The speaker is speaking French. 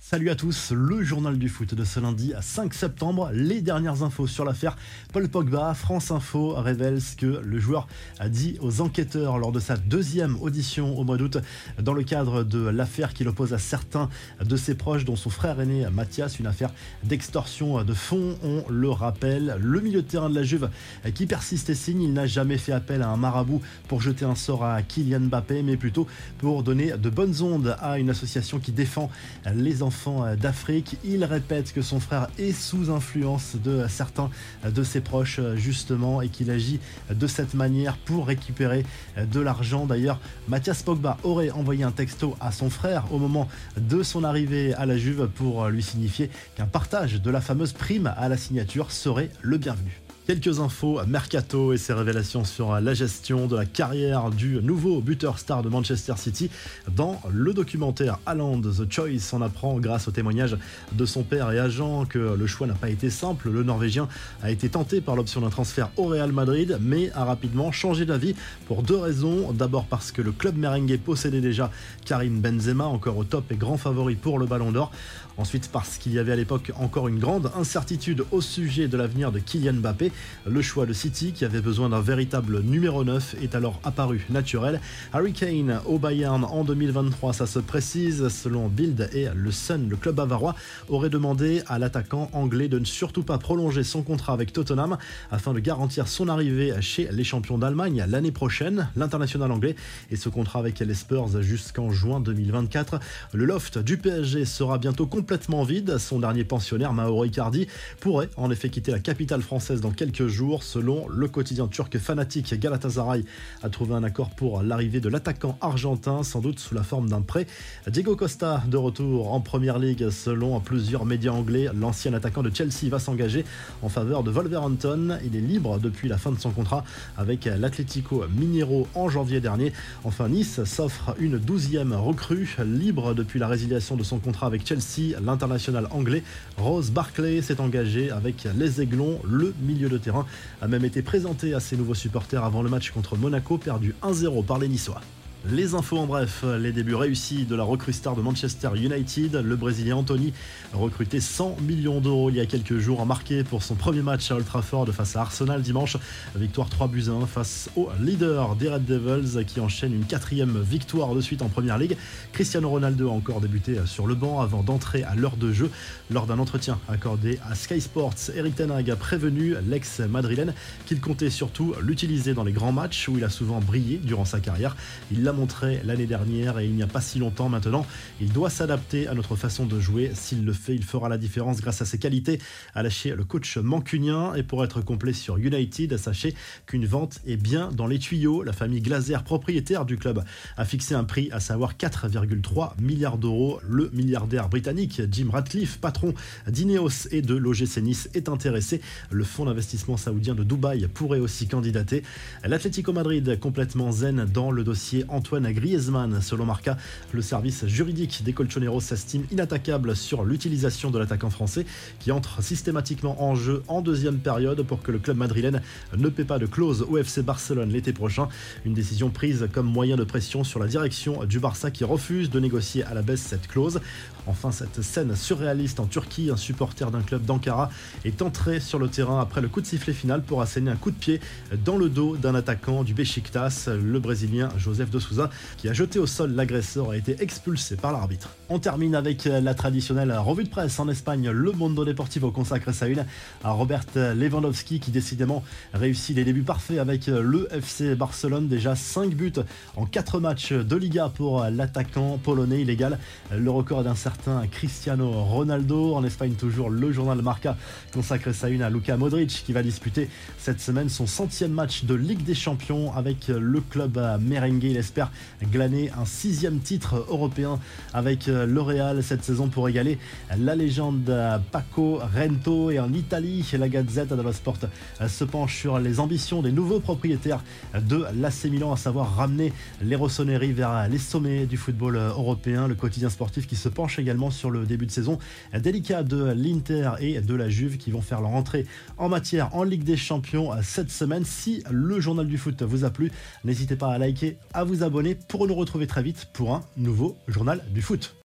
Salut à tous, le journal du foot de ce lundi à 5 septembre. Les dernières infos sur l'affaire Paul Pogba. France Info révèle ce que le joueur a dit aux enquêteurs lors de sa deuxième audition au mois d'août dans le cadre de l'affaire qui l'oppose à certains de ses proches, dont son frère aîné Mathias, une affaire d'extorsion de fonds, on le rappelle. Le milieu de terrain de la Juve qui persiste et signe, il n'a jamais fait appel à un marabout pour jeter un sort à Kylian Mbappé, mais plutôt pour donner de bonnes ondes à une association qui défend les enfants d'Afrique. Il répète que son frère est sous influence de certains de ses proches justement et qu'il agit de cette manière pour récupérer de l'argent. D'ailleurs, Mathias Pogba aurait envoyé un texto à son frère au moment de son arrivée à la Juve pour lui signifier qu'un partage de la fameuse prime à la signature serait le bienvenu. Quelques infos mercato et ses révélations sur la gestion de la carrière du nouveau buteur star de Manchester City. Dans le documentaire Haaland The Choice, on apprend grâce au témoignage de son père et agent que le choix n'a pas été simple. Le Norvégien a été tenté par l'option d'un transfert au Real Madrid, mais a rapidement changé d'avis pour deux raisons. D'abord parce que le club merengue possédait déjà Karim Benzema, encore au top et grand favori pour le Ballon d'Or. Ensuite parce qu'il y avait à l'époque encore une grande incertitude au sujet de l'avenir de Kylian Mbappé. Le choix de City, qui avait besoin d'un véritable numéro 9, est alors apparu naturel. Harry Kane au Bayern en 2023, ça se précise. Selon Bild et le Sun, le club bavarois aurait demandé à l'attaquant anglais de ne surtout pas prolonger son contrat avec Tottenham afin de garantir son arrivée chez les champions d'Allemagne l'année prochaine. L'international anglais et ce contrat avec les Spurs jusqu'en juin 2024. Le loft du PSG sera bientôt complètement vide. Son dernier pensionnaire, Mauro Icardi, pourrait en effet quitter la capitale française dans quelques jours. Selon le quotidien turc Fanatik, Galatasaray a trouvé un accord pour l'arrivée de l'attaquant argentin, sans doute sous la forme d'un prêt. Diego Costa de retour en Première Ligue. Selon plusieurs médias anglais, l'ancien attaquant de Chelsea va s'engager en faveur de Wolverhampton. Il est libre depuis la fin de son contrat avec l'Atlético Mineiro en janvier dernier. Enfin, Nice s'offre une 12e recrue. Libre depuis la résiliation de son contrat avec Chelsea, l'international anglais Ross Barkley s'est engagé avec les Aiglons. Le milieu de terrain a même été présenté à ses nouveaux supporters avant le match contre Monaco, perdu 1-0 par les Niçois. Les infos en bref, les débuts réussis de la recrue star de Manchester United. Le Brésilien Anthony, recruté 100 millions d'euros il y a quelques jours, a marqué pour son premier match à Old Trafford face à Arsenal dimanche. Victoire 3-1 face au leader des Red Devils qui enchaîne une 4e victoire de suite en Première Ligue. Cristiano Ronaldo a encore débuté sur le banc avant d'entrer à l'heure de jeu. Lors d'un entretien accordé à Sky Sports, Erik ten Hag a prévenu l'ex-madrilène qu'il comptait surtout l'utiliser dans les grands matchs où il a souvent brillé durant sa carrière. Il l'a montré l'année dernière et il n'y a pas si longtemps maintenant. Il doit s'adapter à notre façon de jouer. S'il le fait, il fera la différence grâce à ses qualités, a lâché le coach mancunien. Et pour être complet sur United, sachez qu'une vente est bien dans les tuyaux. La famille Glazer, propriétaire du club, a fixé un prix, à savoir 4,3 milliards d'euros. Le milliardaire britannique Jim Ratcliffe, patron d'Ineos et de l'OGC Nice, est intéressé. Le fonds d'investissement saoudien de Dubaï pourrait aussi candidater. L'Atlético Madrid complètement zen dans le dossier Antoine Griezmann. Selon Marca, le service juridique des Colchoneros s'estime inattaquable sur l'utilisation de l'attaquant français qui entre systématiquement en jeu en deuxième période pour que le club madrilène ne paie pas de clause au FC Barcelone l'été prochain. Une décision prise comme moyen de pression sur la direction du Barça qui refuse de négocier à la baisse cette clause. Enfin, cette scène surréaliste en Turquie, un supporter d'un club d'Ankara est entré sur le terrain après le coup de sifflet final pour asséner un coup de pied dans le dos d'un attaquant du Beşiktaş. Le Brésilien Joseph de Souza, qui a jeté au sol l'agresseur, a été expulsé par l'arbitre. On termine avec la traditionnelle revue de presse en Espagne. Le Mundo Deportivo consacre sa une à Robert Lewandowski qui décidément réussit les débuts parfaits avec le FC Barcelone. Déjà 5 buts en 4 matchs de Liga pour l'attaquant polonais. Il égale le record d'un certain Cristiano Ronaldo. En Espagne toujours, le journal Marca consacre sa une à Luka Modric qui va disputer cette semaine son 100e match de Ligue des Champions avec le club merengue. Il espère glaner un 6e titre européen avec le Real cette saison pour égaler la légende Paco Rento. Et en Italie, la Gazzetta dello Sport se penche sur les ambitions des nouveaux propriétaires de l'AC Milan, à savoir ramener les Rossoneri vers les sommets du football européen. Le quotidien sportif qui se penche également sur le début de saison délicat de l'Inter et de la Juve qui vont faire leur entrée en matière en Ligue des Champions cette semaine. Si le journal du foot vous a plu, n'hésitez pas à liker, à vous abonner pour nous retrouver très vite pour un nouveau journal du foot.